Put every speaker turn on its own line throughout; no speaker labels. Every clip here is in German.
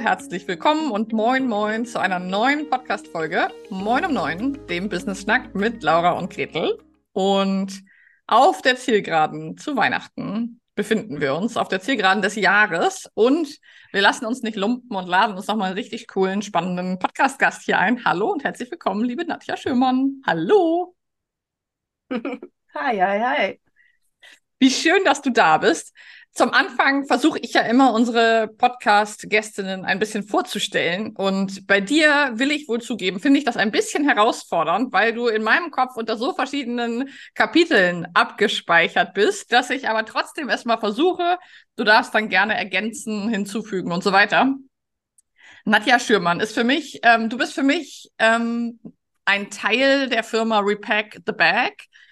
herzlich willkommen und moin moin zu einer neuen Podcast-Folge Moin um 9, dem Business-Schnack mit Laura und Gretel. Und auf der Zielgeraden zu Weihnachten befinden wir uns, auf der Zielgeraden des Jahres. Und wir lassen uns nicht lumpen und laden uns nochmal einen richtig coolen, spannenden Podcast-Gast hier ein. Hallo und herzlich willkommen, liebe Nadja Schürmann. Hallo.
Hi, hi, hi.
Wie schön, dass du da bist. Zum Anfang versuche ich ja immer, unsere Podcast-Gästinnen ein bisschen vorzustellen. Und bei dir will ich wohl zugeben, finde ich das ein bisschen herausfordernd, weil du in meinem Kopf unter so verschiedenen Kapiteln abgespeichert bist, dass ich aber trotzdem erstmal versuche, du darfst dann gerne ergänzen, hinzufügen und so weiter. Nadja Schürmann ist für mich, du bist für mich ein Teil der Firma Repack the Bag.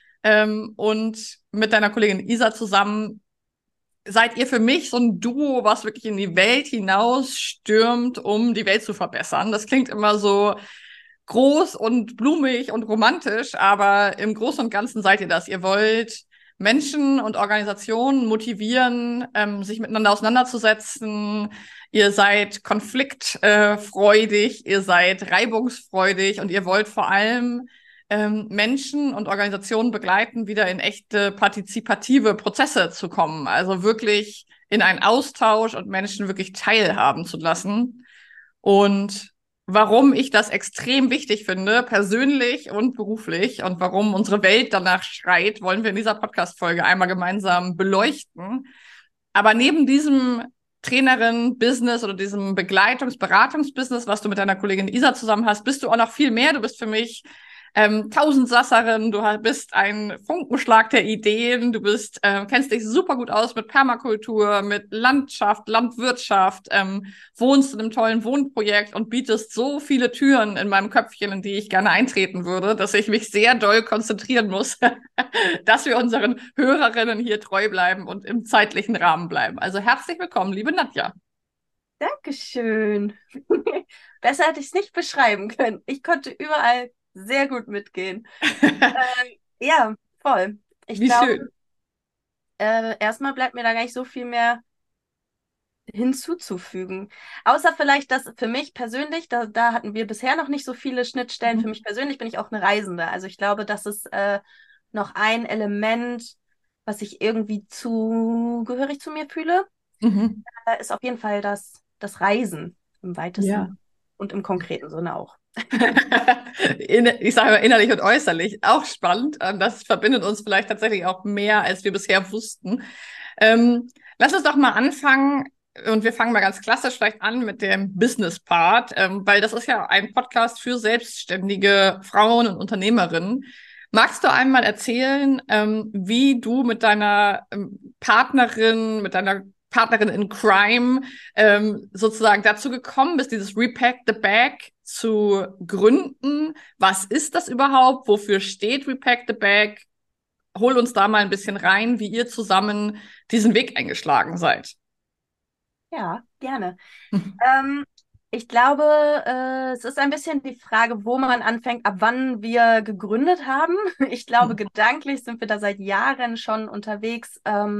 Und mit deiner Kollegin Isa zusammen seid ihr für mich so ein Duo, was wirklich in die Welt hinaus stürmt, um die Welt zu verbessern. Das klingt immer so groß und blumig und romantisch, aber im Großen und Ganzen seid ihr das. Ihr wollt Menschen und Organisationen motivieren, sich miteinander auseinanderzusetzen. Ihr seid konfliktfreudig, ihr seid reibungsfreudig und ihr wollt vor allem Menschen und Organisationen begleiten, wieder in echte partizipative Prozesse zu kommen. Also wirklich in einen Austausch und Menschen wirklich teilhaben zu lassen. Und warum ich das extrem wichtig finde, persönlich und beruflich, und warum unsere Welt danach schreit, wollen wir in dieser Podcast-Folge einmal gemeinsam beleuchten. Aber neben diesem Trainerin-Business oder diesem Begleitungs-Beratungs-Business, was du mit deiner Kollegin Isa zusammen hast, bist du auch noch viel mehr. Du bist für mich Tausendsasserin, du bist ein Funkenschlag der Ideen, du bist, kennst dich super gut aus mit Permakultur, mit Landschaft, Landwirtschaft, wohnst in einem tollen Wohnprojekt und bietest so viele Türen in meinem Köpfchen, in die ich gerne eintreten würde, dass ich mich sehr doll konzentrieren muss, dass wir unseren Hörerinnen hier treu bleiben und im zeitlichen Rahmen bleiben. Also herzlich willkommen, liebe Nadja.
Dankeschön. Besser hätte ich es nicht beschreiben können. Ich konnte überall sehr gut mitgehen. Ja, voll. Ich
Wie
glaube,
schön.
erstmal bleibt mir da gar nicht so viel mehr hinzuzufügen. Außer vielleicht, dass für mich persönlich, da hatten wir bisher noch nicht so viele Schnittstellen. Für
Mhm.
mich persönlich bin ich auch eine Reisende. Also ich glaube, das ist noch ein Element, was ich irgendwie zugehörig zu mir fühle.
Mhm.
Ist auf jeden Fall das Reisen im
Ja.
weitesten und im konkreten Sinne auch.
Ich sage mal innerlich und äußerlich, auch spannend. Das verbindet uns vielleicht tatsächlich auch mehr, als wir bisher wussten. Lass uns doch mal anfangen, und wir fangen mal ganz klassisch vielleicht an mit dem Business-Part, weil das ist ja ein Podcast für selbstständige Frauen und Unternehmerinnen. Magst du einmal erzählen, wie du mit deiner mit deiner Partnerin in Crime sozusagen dazu gekommen bist, dieses Repack the Bag zu gründen? Was ist das überhaupt? Wofür steht Repack the Bag? Hol uns da mal ein bisschen rein, wie ihr zusammen diesen Weg eingeschlagen seid.
Ja, gerne. Ähm, Ich glaube, es ist ein bisschen die Frage, wo man anfängt, ab wann wir gegründet haben. Ich glaube, gedanklich sind wir da seit Jahren schon unterwegs.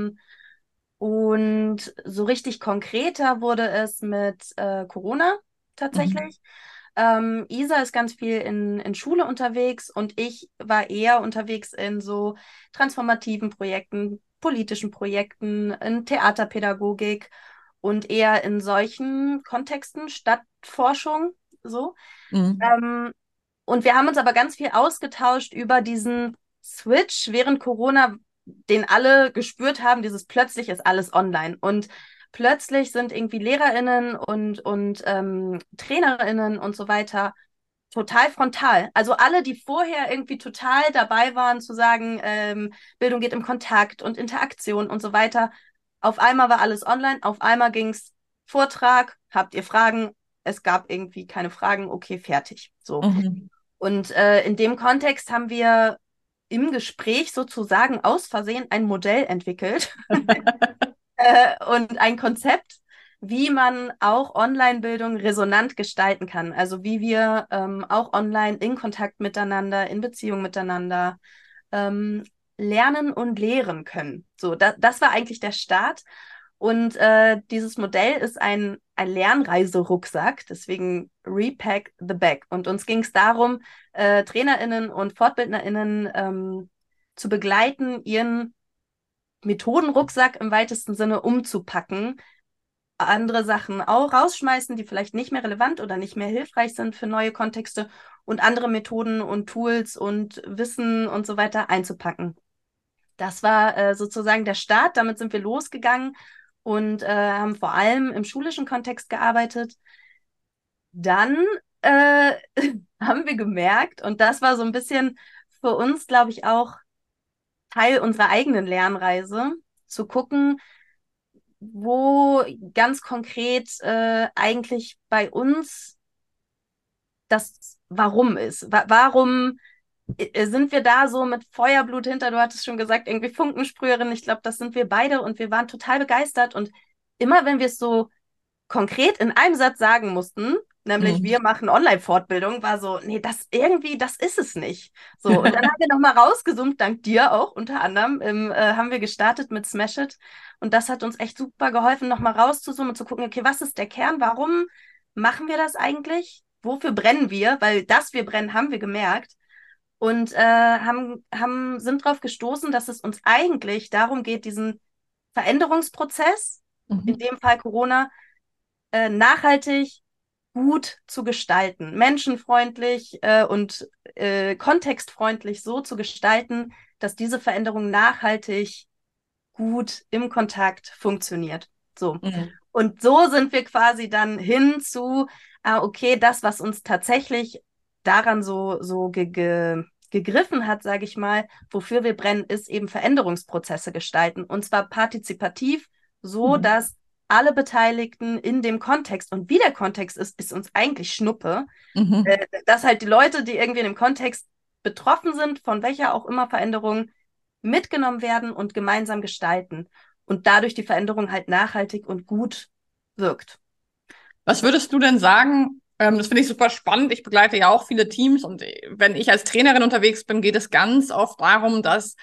Und so richtig konkreter wurde es mit Corona
Mhm.
tatsächlich. Isa ist ganz viel in Schule unterwegs und ich war eher unterwegs in so transformativen Projekten, politischen Projekten, in Theaterpädagogik und eher in solchen Kontexten, Stadtforschung, so.
Mhm.
Ähm, und wir haben uns aber ganz viel ausgetauscht über diesen Switch während Corona, den alle gespürt haben, dieses plötzlich ist alles online. Und plötzlich sind irgendwie LehrerInnen und TrainerInnen und so weiter total frontal. Also alle, die vorher irgendwie total dabei waren zu sagen, Bildung geht im Kontakt und Interaktion und so weiter. Auf einmal war alles online, auf einmal ging es Vortrag, habt ihr Fragen? Es gab irgendwie keine Fragen, okay, fertig. So.
Mhm.
Und in dem Kontext haben wir im Gespräch sozusagen aus Versehen ein Modell entwickelt und ein Konzept, wie man auch Online-Bildung resonant gestalten kann. Also wie wir auch online in Kontakt miteinander, in Beziehung miteinander ähm, lernen und lehren können. So, das war eigentlich der Start. Und dieses Modell ist ein Lernreiserucksack, deswegen Repack the Bag. Und uns ging es darum, TrainerInnen und FortbildnerInnen zu begleiten, ihren Methodenrucksack im weitesten Sinne umzupacken, andere Sachen auch rausschmeißen, die vielleicht nicht mehr relevant oder nicht mehr hilfreich sind für neue Kontexte und andere Methoden und Tools und Wissen und so weiter einzupacken. Das war sozusagen der Start. Damit sind wir losgegangen und haben vor allem im schulischen Kontext gearbeitet. Dann äh, haben wir gemerkt, und das war so ein bisschen für uns, glaube ich, auch Teil unserer eigenen Lernreise, zu gucken, wo ganz konkret eigentlich bei uns das Warum ist. Warum sind wir da so mit Feuerblut hinter? Du hattest schon gesagt, irgendwie Funkensprüherin. Ich glaube, das sind wir beide und wir waren total begeistert. Und immer wenn wir es so konkret in einem Satz sagen mussten, nämlich wir machen Online-Fortbildung, war so, nee, das irgendwie, das ist es nicht. So, und dann haben wir nochmal rausgezoomt, dank dir auch unter anderem, haben wir gestartet mit Smash It. Und das hat uns echt super geholfen, nochmal rauszuzoomen und zu gucken, okay, was ist der Kern? Warum machen wir das eigentlich? Wofür brennen wir? Weil dass wir brennen, haben wir gemerkt. Und sind darauf gestoßen, dass es uns eigentlich darum geht, diesen Veränderungsprozess, in dem Fall Corona, nachhaltig gut zu gestalten, menschenfreundlich und kontextfreundlich so zu gestalten, dass diese Veränderung nachhaltig gut im Kontakt funktioniert. So.
Mhm.
Und so sind wir quasi dann hin zu, okay, das, was uns tatsächlich daran so gegriffen hat, sage ich mal, wofür wir brennen, ist eben Veränderungsprozesse gestalten. Und zwar partizipativ, so
Mhm.
dass alle Beteiligten in dem Kontext, und wie der Kontext ist, ist uns eigentlich Schnuppe,
Mhm.
dass halt die Leute, die irgendwie in dem Kontext betroffen sind, von welcher auch immer Veränderung, mitgenommen werden und gemeinsam gestalten und dadurch die Veränderung halt nachhaltig und gut wirkt.
Was würdest du denn sagen? Das finde ich super spannend. Ich begleite ja auch viele Teams und wenn ich als Trainerin unterwegs bin, geht es ganz oft darum, dass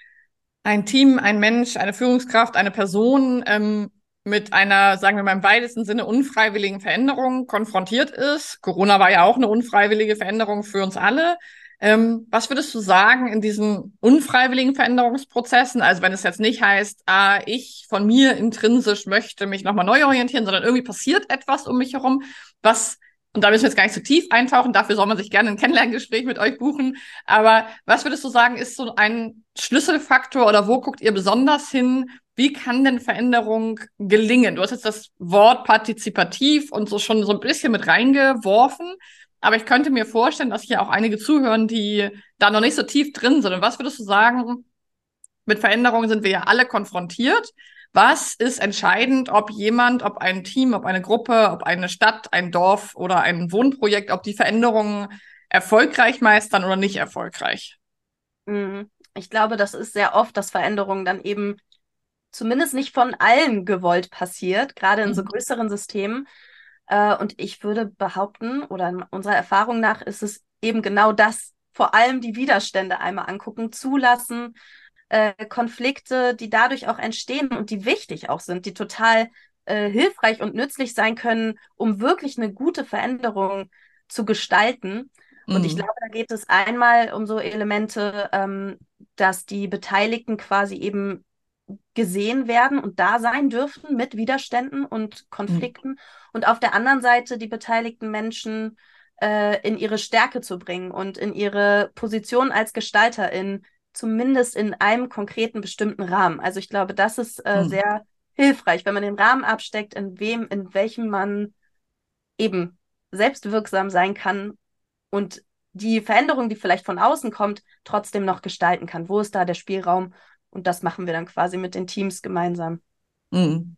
ein Team, ein Mensch, eine Führungskraft, eine Person mit einer, sagen wir mal im weitesten Sinne, unfreiwilligen Veränderung konfrontiert ist. Corona war ja auch eine unfreiwillige Veränderung für uns alle. Was würdest du sagen in diesen unfreiwilligen Veränderungsprozessen? Also wenn es jetzt nicht heißt, ich von mir intrinsisch möchte mich nochmal neu orientieren, sondern irgendwie passiert etwas um mich herum, was, und da müssen wir jetzt gar nicht so tief eintauchen, dafür soll man sich gerne ein Kennenlerngespräch mit euch buchen, aber was würdest du sagen, ist so ein Schlüsselfaktor oder wo guckt ihr besonders hin? Wie kann denn Veränderung gelingen? Du hast jetzt das Wort partizipativ und so schon so ein bisschen mit reingeworfen, aber ich könnte mir vorstellen, dass hier auch einige zuhören, die da noch nicht so tief drin sind. Und was würdest du sagen, mit Veränderungen sind wir ja alle konfrontiert. Was ist entscheidend, ob jemand, ob ein Team, ob eine Gruppe, ob eine Stadt, ein Dorf oder ein Wohnprojekt, ob die Veränderungen erfolgreich meistern oder nicht erfolgreich?
Ich glaube, das ist sehr oft, dass Veränderungen dann eben zumindest nicht von allen gewollt passiert, gerade in so
Mhm.
größeren Systemen. Und ich würde behaupten, oder in unserer Erfahrung nach, ist es eben genau das, vor allem die Widerstände einmal angucken, zulassen, Konflikte, die dadurch auch entstehen und die wichtig auch sind, die total hilfreich und nützlich sein können, um wirklich eine gute Veränderung zu gestalten. Und ich
Mhm.
glaube, da geht es einmal um so Elemente, dass die Beteiligten quasi eben gesehen werden und da sein dürfen mit Widerständen und
Mhm.
Konflikten und auf der anderen Seite die beteiligten Menschen in ihre Stärke zu bringen und in ihre Position als Gestalterin, zumindest in einem konkreten bestimmten Rahmen. Also ich glaube, das ist
Mhm.
sehr hilfreich, wenn man den Rahmen absteckt, in welchem man eben selbstwirksam sein kann und die Veränderung, die vielleicht von außen kommt, trotzdem noch gestalten kann. Wo ist da der Spielraum? Und das machen wir dann quasi mit den Teams gemeinsam.
Mhm.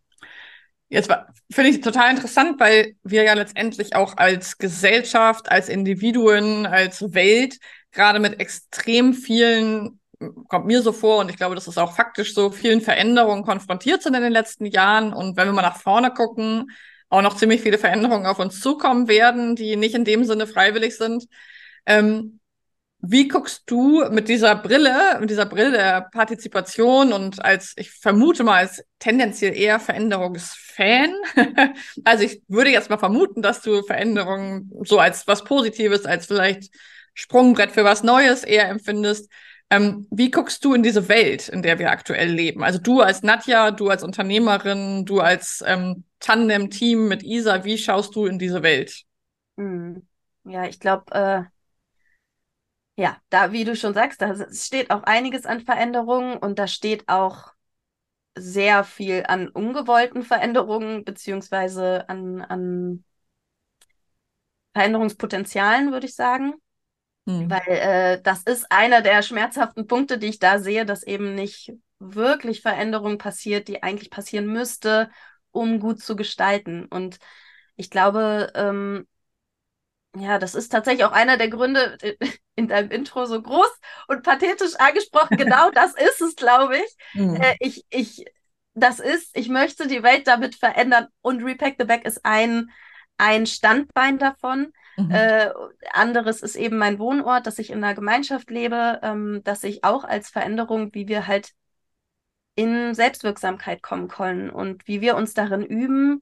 Finde ich total interessant, weil wir ja letztendlich auch als Gesellschaft, als Individuen, als Welt gerade mit extrem vielen, kommt mir so vor, und ich glaube, das ist auch faktisch so, vielen Veränderungen konfrontiert sind in den letzten Jahren. Und wenn wir mal nach vorne gucken, auch noch ziemlich viele Veränderungen auf uns zukommen werden, die nicht in dem Sinne freiwillig sind. Ähm, Wie guckst du mit dieser Brille der Partizipation und ich vermute mal, als tendenziell eher Veränderungsfan? Also ich würde jetzt mal vermuten, dass du Veränderungen so als was Positives, als vielleicht Sprungbrett für was Neues eher empfindest. Wie guckst du in diese Welt, in der wir aktuell leben? Also du als Nadja, du als Unternehmerin, du als Tandem-Team mit Isa, wie schaust du in diese Welt?
Hm. Ja, ich glaube, ja, da, wie du schon sagst, da steht auch einiges an Veränderungen und da steht auch sehr viel an ungewollten Veränderungen, beziehungsweise an Veränderungspotenzialen, würde ich sagen.
Hm.
Weil das ist einer der schmerzhaften Punkte, die ich da sehe, dass eben nicht wirklich Veränderung passiert, die eigentlich passieren müsste, um gut zu gestalten. Und ich glaube, ja, das ist tatsächlich auch einer der Gründe in deinem Intro so groß und pathetisch angesprochen. Genau das ist es, glaube ich.
Hm.
Ich möchte die Welt damit verändern und Repack the Bag ist ein Standbein davon.
Mhm.
Äh, anderes ist eben mein Wohnort, dass ich in einer Gemeinschaft lebe, dass ich auch als Veränderung, wie wir halt in Selbstwirksamkeit kommen können und wie wir uns darin üben,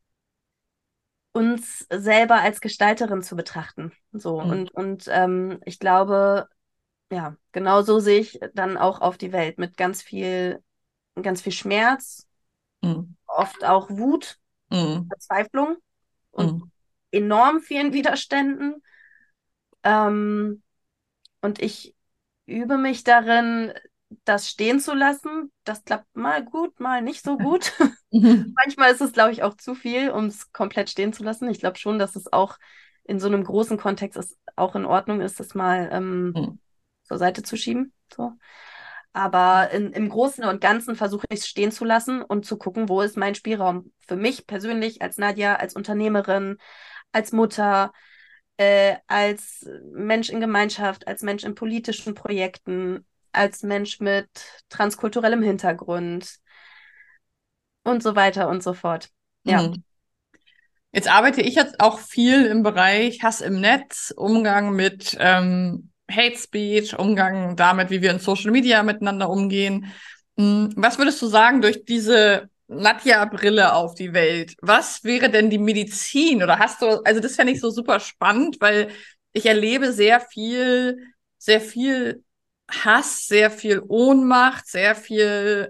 uns selber als Gestalterin zu betrachten. So,
Hm.
und ich glaube, ja, genau so sehe ich dann auch auf die Welt mit ganz viel Schmerz,
Hm.
oft auch Wut,
Hm.
Verzweiflung und
Hm.
enorm vielen Widerständen. Ähm, und ich übe mich darin, das stehen zu lassen. Das klappt mal gut, mal nicht so gut.
Mhm.
Manchmal ist es, glaube ich, auch zu viel, um es komplett stehen zu lassen. Ich glaube schon, dass es auch in so einem großen Kontext auch in Ordnung ist, das mal
Hm.
zur Seite zu schieben. So. Aber im Großen und Ganzen versuche ich es stehen zu lassen und zu gucken, wo ist mein Spielraum für mich persönlich als Nadja, als Unternehmerin, als Mutter, als Mensch in Gemeinschaft, als Mensch in politischen Projekten, als Mensch mit transkulturellem Hintergrund und so weiter und so fort. Ja.
Hm. Jetzt arbeite ich jetzt auch viel im Bereich Hass im Netz, Umgang mit Hate Speech, Umgang damit, wie wir in Social Media miteinander umgehen. Was würdest du sagen durch diese Nadja-Brille auf die Welt? Was wäre denn die Medizin? Oder hast du, also das fände ich so super spannend, weil ich erlebe sehr viel Hass, sehr viel Ohnmacht, sehr viel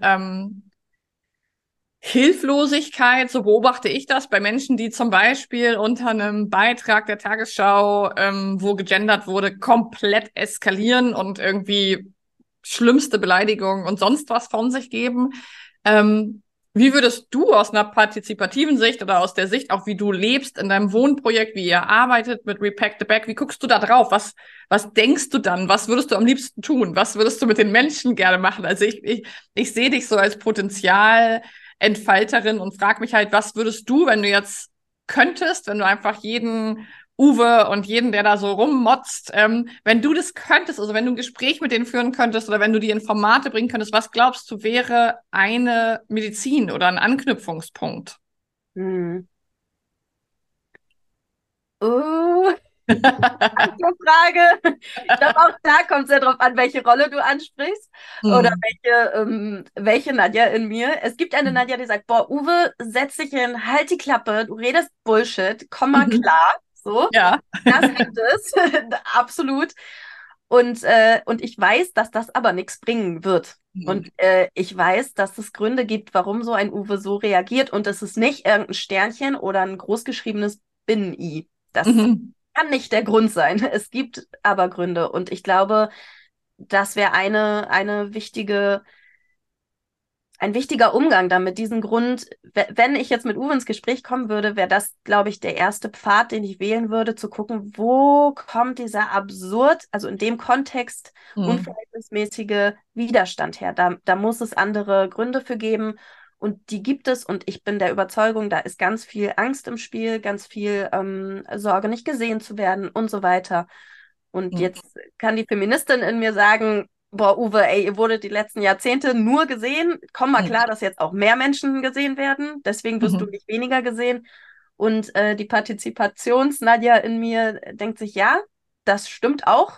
Hilflosigkeit, so beobachte ich das bei Menschen, die zum Beispiel unter einem Beitrag der Tagesschau, wo gegendert wurde, komplett eskalieren und irgendwie schlimmste Beleidigungen und sonst was von sich geben. Ähm, Wie würdest du aus einer partizipativen Sicht oder aus der Sicht auch, wie du lebst in deinem Wohnprojekt, wie ihr arbeitet mit Repack the Bag, wie guckst du da drauf? Was denkst du dann? Was würdest du am liebsten tun? Was würdest du mit den Menschen gerne machen? Also ich sehe dich so als Potenzialentfalterin und frage mich halt, was würdest du, wenn du jetzt könntest, wenn du einfach jeden Uwe und jeden, der da so rummotzt, wenn du das könntest, also wenn du ein Gespräch mit denen führen könntest oder wenn du die in Formate bringen könntest, was glaubst du, wäre eine Medizin oder ein Anknüpfungspunkt?
Hm. Oh, gute Frage. Ich glaube, auch da kommt es ja drauf an, welche Rolle du ansprichst oder
Hm.
welche Nadja in mir. Es gibt eine Nadja, die sagt, boah, Uwe, setz dich hin, halt die Klappe, du redest Bullshit, komm mal
Mhm.
klar. So,
Ja.
das gibt es, absolut. Und ich weiß, dass das aber nichts bringen wird. Und ich weiß, dass es Gründe gibt, warum so ein Uwe so reagiert. Und es ist nicht irgendein Sternchen oder ein großgeschriebenes Binnen-I. Das
Mhm.
kann nicht der Grund sein. Es gibt aber Gründe. Und ich glaube, das wäre ein wichtiger Umgang damit. Diesen Grund, wenn ich jetzt mit Uwe ins Gespräch kommen würde, wäre das, glaube ich, der erste Pfad, den ich wählen würde, zu gucken, wo kommt dieser absurd, also in dem Kontext
Mhm.
unverhältnismäßige Widerstand her. Da muss es andere Gründe für geben. Und die gibt es, und ich bin der Überzeugung, da ist ganz viel Angst im Spiel, ganz viel Sorge, nicht gesehen zu werden und so weiter. Und
Mhm.
jetzt kann die Feministin in mir sagen, boah, Uwe, ey, ihr wurdet die letzten Jahrzehnte nur gesehen. Komm mal
Mhm.
klar, dass jetzt auch mehr Menschen gesehen werden. Deswegen wirst du
Mhm.
nicht weniger gesehen. Und die Partizipations-Nadja in mir denkt sich, ja, das stimmt auch.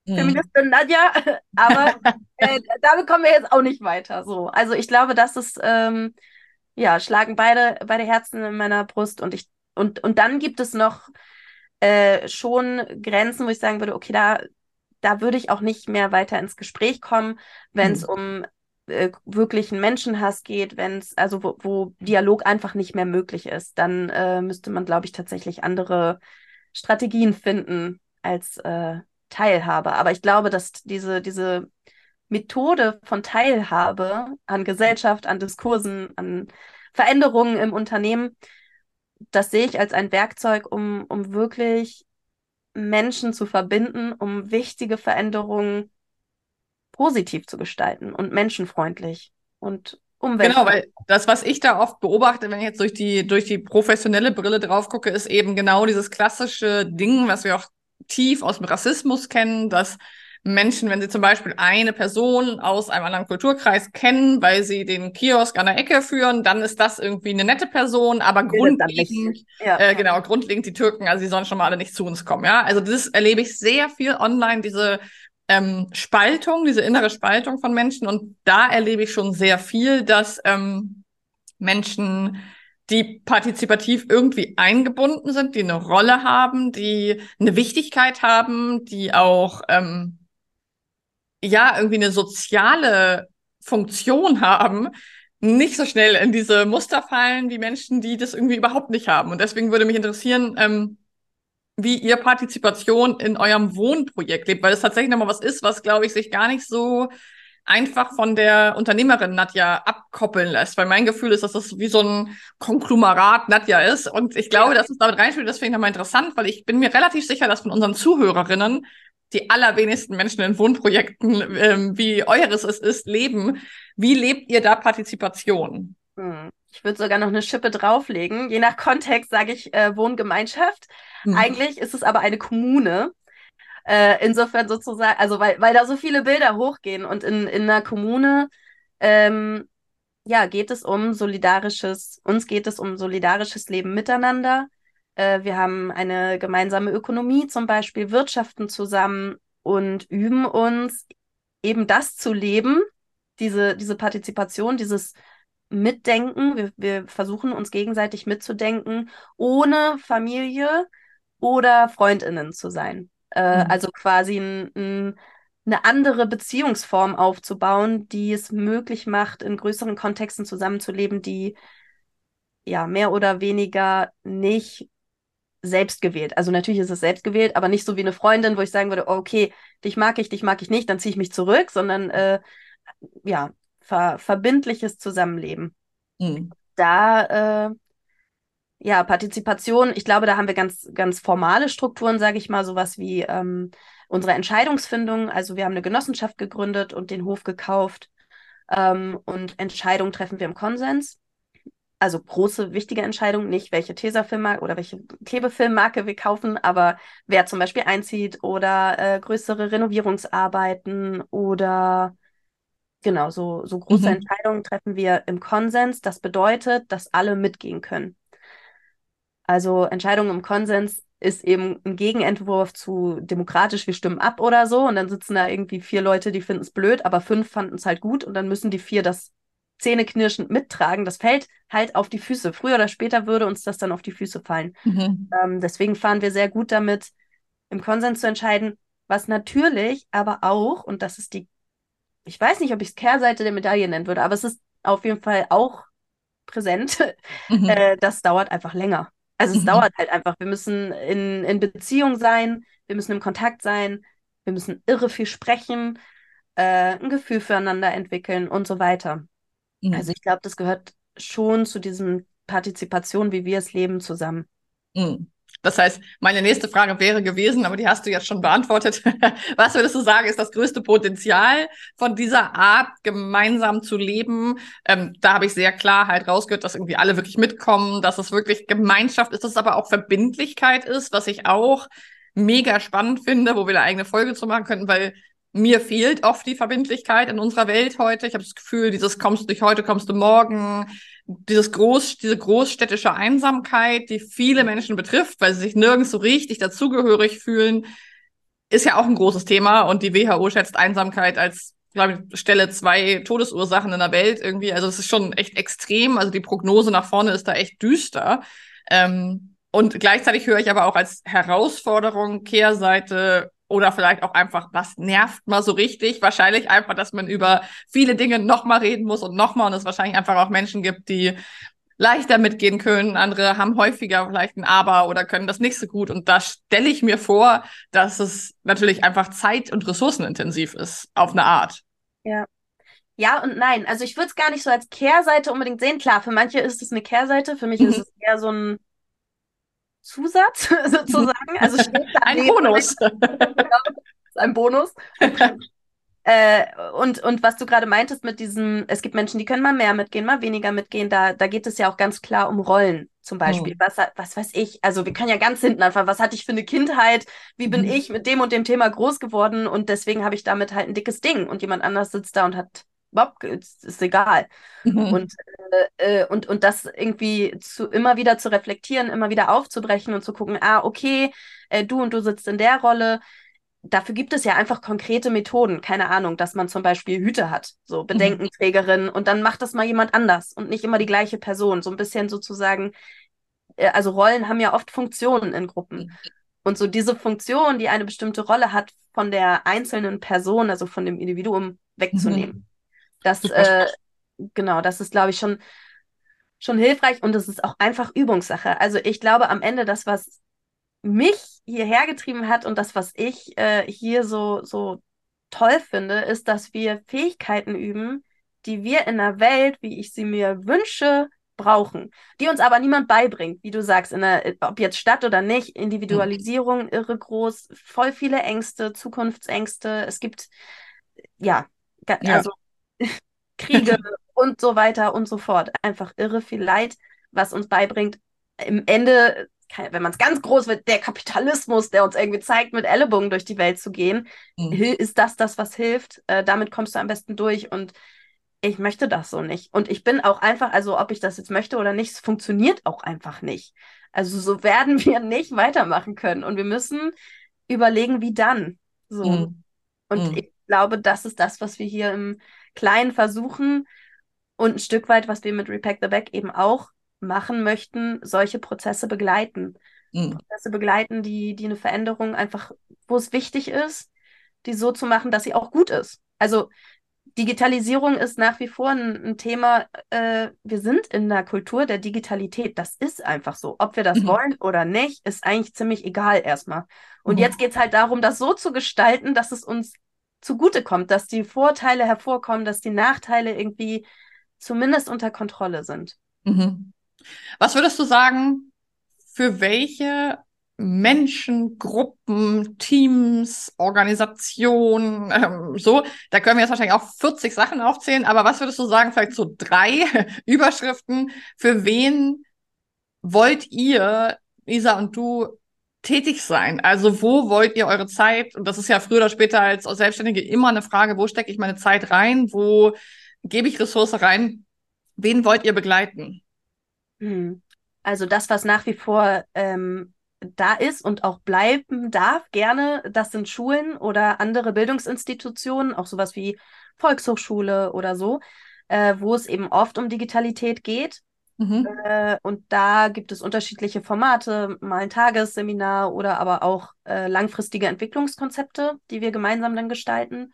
Feministin Nadja, aber damit kommen wir jetzt auch nicht weiter. So. Also ich glaube, das ist, ja, schlagen beide Herzen in meiner Brust und dann gibt es noch schon Grenzen, wo ich sagen würde, okay, da würde ich auch nicht mehr weiter ins Gespräch kommen, wenn es um wirklichen Menschenhass geht, wenn es, also wo Dialog einfach nicht mehr möglich ist, dann müsste man, glaube ich, tatsächlich andere Strategien finden als Teilhabe. Aber ich glaube, dass diese Methode von Teilhabe an Gesellschaft, an Diskursen, an Veränderungen im Unternehmen, das sehe ich als ein Werkzeug, um wirklich Menschen zu verbinden, um wichtige Veränderungen positiv zu gestalten und menschenfreundlich und
Genau,
umweltfreundlich.
weil das, was ich da oft beobachte, wenn ich jetzt durch die professionelle Brille drauf gucke, ist eben genau dieses klassische Ding, was wir auch tief aus dem Rassismus kennen, dass Menschen, wenn sie zum Beispiel eine Person aus einem anderen Kulturkreis kennen, weil sie den Kiosk an der Ecke führen, dann ist das irgendwie eine nette Person, aber
Bildet dann nicht. Ja.
genau, grundlegend die Türken, also die sollen schon mal alle nicht zu uns kommen, ja. Also das erlebe ich sehr viel online, diese Spaltung, diese innere Spaltung von Menschen. Und da erlebe ich schon sehr viel, dass Menschen, die partizipativ irgendwie eingebunden sind, die eine Rolle haben, die eine Wichtigkeit haben, die auch ja irgendwie eine soziale Funktion haben, nicht so schnell in diese Muster fallen wie Menschen, die das irgendwie überhaupt nicht haben. Und deswegen würde mich interessieren, wie ihr Partizipation in eurem Wohnprojekt lebt, weil es tatsächlich nochmal was ist, was, glaube ich, sich gar nicht so einfach von der Unternehmerin Nadja abkoppeln lässt. Weil mein Gefühl ist, dass das wie so ein Konglomerat Nadja ist. Und ich glaube,
Ja.
dass es damit reinspielt. Das finde ich nochmal interessant, weil ich bin mir relativ sicher, dass von unseren Zuhörerinnen die allerwenigsten Menschen in Wohnprojekten, wie eures es ist, leben. Wie lebt ihr da Partizipation?
Ich würde sogar noch eine Schippe drauflegen. Je nach Kontext sage ich Wohngemeinschaft.
Hm.
Eigentlich ist es aber eine Kommune. Insofern sozusagen, also weil da so viele Bilder hochgehen und in einer Kommune ähm, ja, uns geht es um solidarisches Leben miteinander. Wir haben eine gemeinsame Ökonomie, zum Beispiel wirtschaften zusammen und üben uns eben das zu leben, diese Partizipation, dieses Mitdenken. Wir versuchen uns gegenseitig mitzudenken, ohne Familie oder FreundInnen zu sein.
Hm.
Also quasi eine andere Beziehungsform aufzubauen, die es möglich macht, in größeren Kontexten zusammenzuleben, die ja mehr oder weniger nicht selbst gewählt. Also natürlich ist es selbst gewählt, aber nicht so wie eine Freundin, wo ich sagen würde, oh, okay, dich mag ich nicht, dann ziehe ich mich zurück, sondern ja, verbindliches Zusammenleben.
Hm.
Da ja, Partizipation, ich glaube, da haben wir ganz formale Strukturen, sage ich mal, sowas wie unsere Entscheidungsfindung. Also wir haben eine Genossenschaft gegründet und den Hof gekauft und Entscheidungen treffen wir im Konsens. Also große, wichtige Entscheidungen, nicht welche Tesafilmmarke oder welche Klebefilmmarke wir kaufen, aber wer zum Beispiel einzieht oder größere Renovierungsarbeiten oder genau, so große
Mhm.
Entscheidungen treffen wir im Konsens. Das bedeutet, dass alle mitgehen können. Also Entscheidung im Konsens ist eben ein Gegenentwurf zu demokratisch, wir stimmen ab oder so. Und dann sitzen da irgendwie 4 Leute, die finden es blöd, aber 5 fanden es halt gut. Und dann müssen die 4 das zähneknirschend mittragen. Das fällt halt auf die Füße. Früher oder später würde uns das dann auf die Füße fallen.
Mhm.
Deswegen fahren wir sehr gut damit, im Konsens zu entscheiden, was natürlich aber auch, und das ist ich weiß nicht, ob ich es Kehrseite der Medaille nennen würde, aber es ist auf jeden Fall auch präsent.
Mhm.
Das dauert einfach länger. Also es
Mhm.
dauert halt einfach. Wir müssen in Beziehung sein, wir müssen im Kontakt sein, wir müssen irre viel sprechen, ein Gefühl füreinander entwickeln und so weiter.
Mhm.
Also ich glaube, das gehört schon zu diesem Partizipation, wie wir es leben, zusammen.
Mhm. Das heißt, meine nächste Frage wäre gewesen, aber die hast du jetzt schon beantwortet. Was würdest du sagen, ist das größte Potenzial von dieser Art, gemeinsam zu leben? Da habe ich sehr klar halt rausgehört, dass irgendwie alle wirklich mitkommen, dass es wirklich Gemeinschaft ist, dass es aber auch Verbindlichkeit ist, was ich auch mega spannend finde, wo wir eine eigene Folge zu machen könnten, weil mir fehlt oft die Verbindlichkeit in unserer Welt heute. Ich habe das Gefühl, dieses kommst du nicht heute, kommst du morgen, diese großstädtische Einsamkeit, die viele Menschen betrifft, weil sie sich nirgends so richtig dazugehörig fühlen, ist ja auch ein großes Thema und die WHO schätzt Einsamkeit als, glaube ich, Stelle 2 Todesursachen in der Welt irgendwie. Also es ist schon echt extrem. Also die Prognose nach vorne ist da echt düster. Und gleichzeitig höre ich aber auch als Herausforderung, Kehrseite oder vielleicht auch einfach, was nervt mal so richtig? Wahrscheinlich einfach, dass man über viele Dinge nochmal reden muss und nochmal und es wahrscheinlich einfach auch Menschen gibt, die leichter mitgehen können. Andere haben häufiger vielleicht ein Aber oder können das nicht so gut. Und da stelle ich mir vor, dass es natürlich einfach zeit- und ressourcenintensiv ist, auf eine Art.
Ja. Ja und nein. Also ich würde es gar nicht so als Kehrseite unbedingt sehen. Klar, für manche ist es eine Kehrseite, für mich ist
Mhm.
es eher so ein Zusatz sozusagen. Also steht
Ein
daneben,
Bonus.
genau, ist ein Bonus, ein Plus. Und was du gerade meintest mit diesem, es gibt Menschen, die können mal mehr mitgehen, mal weniger mitgehen, da geht es ja auch ganz klar um Rollen zum Beispiel.
Mhm.
Was weiß ich? Also wir können ja ganz hinten anfangen. Was hatte ich für eine Kindheit? Wie bin
Mhm.
ich mit dem und dem Thema groß geworden? Und deswegen habe ich damit halt ein dickes Ding. Und jemand anders sitzt da und hat, Bob, ist egal.
Mhm.
Und das irgendwie immer wieder zu reflektieren, immer wieder aufzubrechen und zu gucken, okay, du und du sitzt in der Rolle. Dafür gibt es ja einfach konkrete Methoden, keine Ahnung, dass man zum Beispiel Hüte hat, so
Mhm.
Bedenkenträgerin und dann macht das mal jemand anders und nicht immer die gleiche Person, so ein bisschen sozusagen, also Rollen haben ja oft Funktionen in Gruppen und so diese Funktion, die eine bestimmte Rolle hat, von der einzelnen Person, also von dem Individuum wegzunehmen.
Mhm.
Das,
Super.
genau, das ist, glaube ich, schon hilfreich und es ist auch einfach Übungssache. Also ich glaube, am Ende das, was mich hierher getrieben hat und das, was ich hier so toll finde, ist, dass wir Fähigkeiten üben, die wir in einer Welt, wie ich sie mir wünsche, brauchen, die uns aber niemand beibringt, wie du sagst, ob jetzt Stadt oder nicht,
Mhm.
Individualisierung irre groß, voll viele Ängste, Zukunftsängste, es gibt, ja,
Ja.
also Kriege und so weiter und so fort. Einfach irre viel Leid, was uns beibringt, im Ende, wenn man es ganz groß wird, der Kapitalismus, der uns irgendwie zeigt, mit Ellenbogen durch die Welt zu gehen,
Mhm.
ist das, was hilft. Damit kommst du am besten durch und ich möchte das so nicht. Und ich bin auch einfach, also ob ich das jetzt möchte oder nicht, es funktioniert auch einfach nicht. Also so werden wir nicht weitermachen können und wir müssen überlegen, wie dann. So.
Mhm.
Und
Mhm.
ich glaube, das ist das, was wir hier im Kleinen versuchen und ein Stück weit, was wir mit Repack the Bag eben auch machen möchten, solche Prozesse begleiten.
Mhm.
Prozesse begleiten, die eine Veränderung einfach, wo es wichtig ist, die so zu machen, dass sie auch gut ist. Also Digitalisierung ist nach wie vor ein Thema. Wir sind in der Kultur der Digitalität. Das ist einfach so. Ob wir das
Mhm.
wollen oder nicht, ist eigentlich ziemlich egal erstmal. Und
Mhm.
jetzt geht es halt darum, das so zu gestalten, dass es uns zugutekommt, dass die Vorteile hervorkommen, dass die Nachteile irgendwie zumindest unter Kontrolle sind.
Mhm. Was würdest du sagen, für welche Menschen, Gruppen, Teams, Organisationen, so, da können wir jetzt wahrscheinlich auch 40 Sachen aufzählen, aber was würdest du sagen, vielleicht so drei Überschriften, für wen wollt ihr, Isa und du, tätig sein? Also wo wollt ihr eure Zeit, und das ist ja früher oder später als Selbstständige immer eine Frage, wo stecke ich meine Zeit rein, wo gebe ich Ressource rein, wen wollt ihr begleiten?
Hm. Also das, was nach wie vor da ist und auch bleiben darf, gerne, das sind Schulen oder andere Bildungsinstitutionen, auch sowas wie Volkshochschule oder so, wo es eben oft um Digitalität geht.
Mhm.
Und da gibt es unterschiedliche Formate, mal ein Tagesseminar oder aber auch langfristige Entwicklungskonzepte, die wir gemeinsam dann gestalten.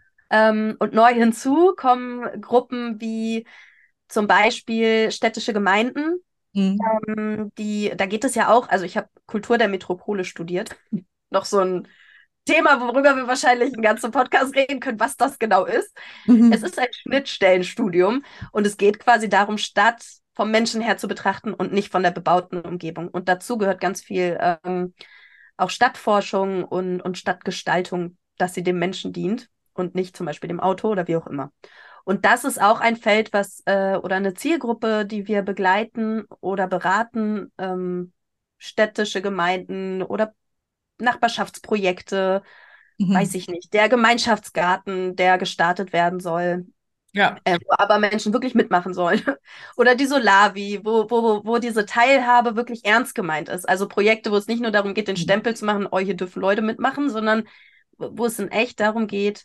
Und neu hinzu kommen Gruppen wie zum Beispiel städtische Gemeinden,
Mhm.
da geht es ja auch, also ich habe Kultur der Metropole studiert. Noch so ein Thema, worüber wir wahrscheinlich einen ganzen Podcast reden können, was das genau ist. Es
Mhm.
ist ein Schnittstellenstudium und es geht quasi darum, Stadt vom Menschen her zu betrachten und nicht von der bebauten Umgebung. Und dazu gehört ganz viel auch Stadtforschung und Stadtgestaltung, dass sie dem Menschen dient und nicht zum Beispiel dem Auto oder wie auch immer. Und das ist auch ein Feld, was oder eine Zielgruppe, die wir begleiten oder beraten, städtische Gemeinden oder Nachbarschaftsprojekte, weiß
Mhm.
ich nicht, der Gemeinschaftsgarten, der gestartet werden soll.
Ja.
Wo aber Menschen wirklich mitmachen sollen. Oder die Solavi, wo diese Teilhabe wirklich ernst gemeint ist. Also Projekte, wo es nicht nur darum geht, den Stempel zu machen, oh, hier dürfen Leute mitmachen, sondern wo es in echt darum geht,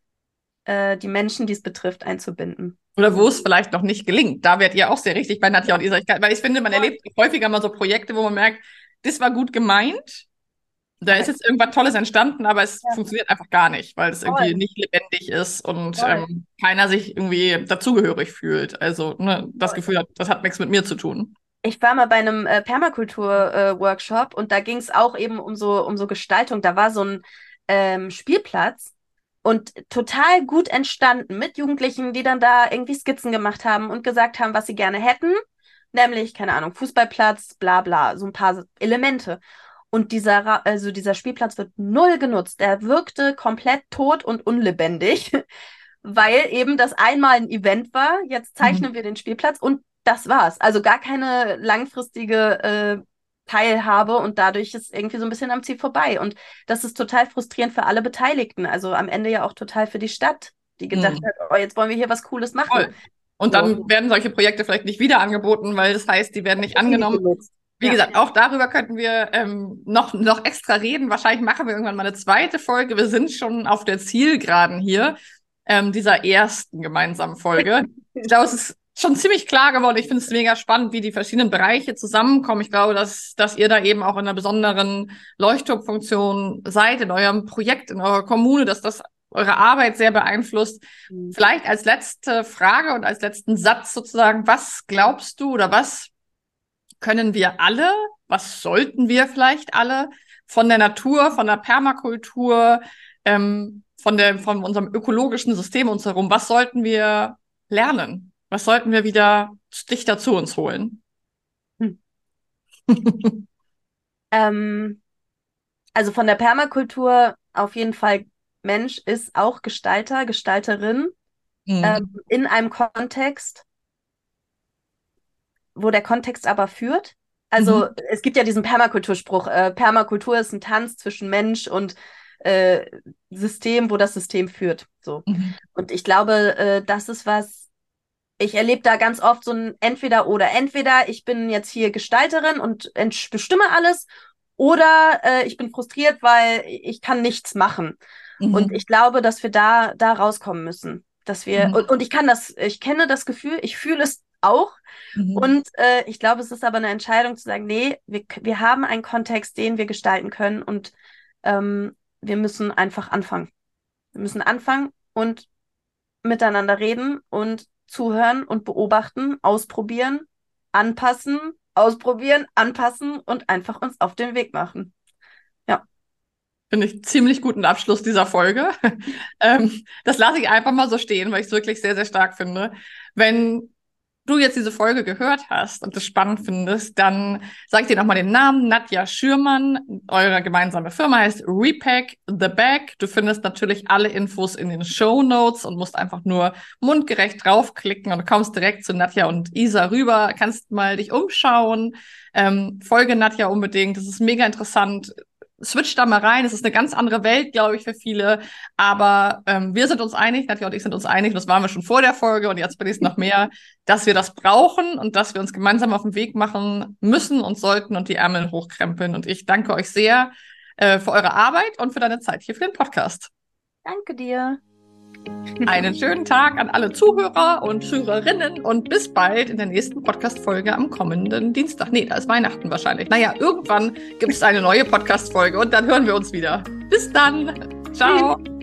die Menschen, die es betrifft, einzubinden.
Oder wo es vielleicht noch nicht gelingt. Da werdet ihr auch sehr richtig bei Nadja und Isa. Weil ich finde, man erlebt häufiger mal so Projekte, wo man merkt, das war gut gemeint. Da ist jetzt irgendwas Tolles entstanden, aber es funktioniert einfach gar nicht, weil es irgendwie nicht lebendig ist und keiner sich irgendwie dazugehörig fühlt. Also ne, das Gefühl hat, das hat nichts mit mir zu tun.
Ich war mal bei einem Permakultur-Workshop und da ging es auch eben um so Gestaltung. Da war so ein Spielplatz und total gut entstanden mit Jugendlichen, die dann da irgendwie Skizzen gemacht haben und gesagt haben, was sie gerne hätten. Nämlich, keine Ahnung, Fußballplatz, bla bla, so ein paar Elemente. Und dieser Spielplatz wird null genutzt. Der wirkte komplett tot und unlebendig, weil eben das einmal ein Event war. Jetzt zeichnen wir den Spielplatz und das war's. Also gar keine langfristige Teilhabe und dadurch ist irgendwie so ein bisschen am Ziel vorbei. Und das ist total frustrierend für alle Beteiligten. Also am Ende ja auch total für die Stadt, die gedacht hat, oh, jetzt wollen wir hier was Cooles machen.
Voll. Und dann werden solche Projekte vielleicht nicht wieder angeboten, weil das heißt, die werden nicht angenommen. Wie gesagt, auch darüber könnten wir noch extra reden. Wahrscheinlich machen wir irgendwann mal eine zweite Folge. Wir sind schon auf der Zielgeraden hier, dieser ersten gemeinsamen Folge. Ich glaube, es ist schon ziemlich klar geworden. Ich finde es mega spannend, wie die verschiedenen Bereiche zusammenkommen. Ich glaube, dass ihr da eben auch in einer besonderen Leuchtturmfunktion seid, in eurem Projekt, in eurer Kommune, dass das eure Arbeit sehr beeinflusst. Vielleicht als letzte Frage und als letzten Satz sozusagen, was glaubst du oder was können wir alle, was sollten wir vielleicht alle von der Natur, von der Permakultur, von unserem ökologischen System uns herum, was sollten wir lernen? Was sollten wir wieder dichter zu uns holen?
Also von der Permakultur auf jeden Fall, Mensch ist auch Gestalter, Gestalterin in einem Kontext, wo der Kontext aber führt. Also es gibt ja diesen Permakulturspruch, Permakultur ist ein Tanz zwischen Mensch und System, wo das System führt. So. Und ich glaube, das ist was, ich erlebe da ganz oft so ein Entweder-oder. Entweder ich bin jetzt hier Gestalterin und bestimme alles, oder ich bin frustriert, weil ich kann nichts machen. Und ich glaube, dass wir da rauskommen müssen. Dass wir, und ich kenne das Gefühl, ich fühle es auch. Und ich glaube, es ist aber eine Entscheidung zu sagen, nee, wir haben einen Kontext, den wir gestalten können und wir müssen einfach anfangen. Wir müssen anfangen und miteinander reden und zuhören und beobachten, ausprobieren, anpassen, ausprobieren, anpassen und einfach uns auf den Weg machen. Ja.
Finde ich ziemlich guten Abschluss dieser Folge. Das lasse ich einfach mal so stehen, weil ich es wirklich sehr, sehr stark finde. Wenn du jetzt diese Folge gehört hast und das spannend findest, dann sag ich dir nochmal den Namen. Nadja Schürmann, eure gemeinsame Firma heißt Repack the Bag. Du findest natürlich alle Infos in den Shownotes und musst einfach nur mundgerecht draufklicken und kommst direkt zu Nadja und Isa rüber. Kannst mal dich umschauen. Folge Nadja unbedingt. Das ist mega interessant. Switch da mal rein. Es ist eine ganz andere Welt, glaube ich, für viele. Aber wir sind uns einig, Nadja und ich sind uns einig, und das waren wir schon vor der Folge und jetzt bin ich es noch mehr, dass wir das brauchen und dass wir uns gemeinsam auf den Weg machen müssen und sollten und die Ärmel hochkrempeln. Und ich danke euch sehr für eure Arbeit und für deine Zeit hier für den Podcast.
Danke dir.
Einen schönen Tag an alle Zuhörer und Zuhörerinnen und bis bald in der nächsten Podcast-Folge am kommenden Dienstag. Nee, da ist Weihnachten wahrscheinlich. Naja, irgendwann gibt es eine neue Podcast-Folge und dann hören wir uns wieder. Bis dann. Ciao.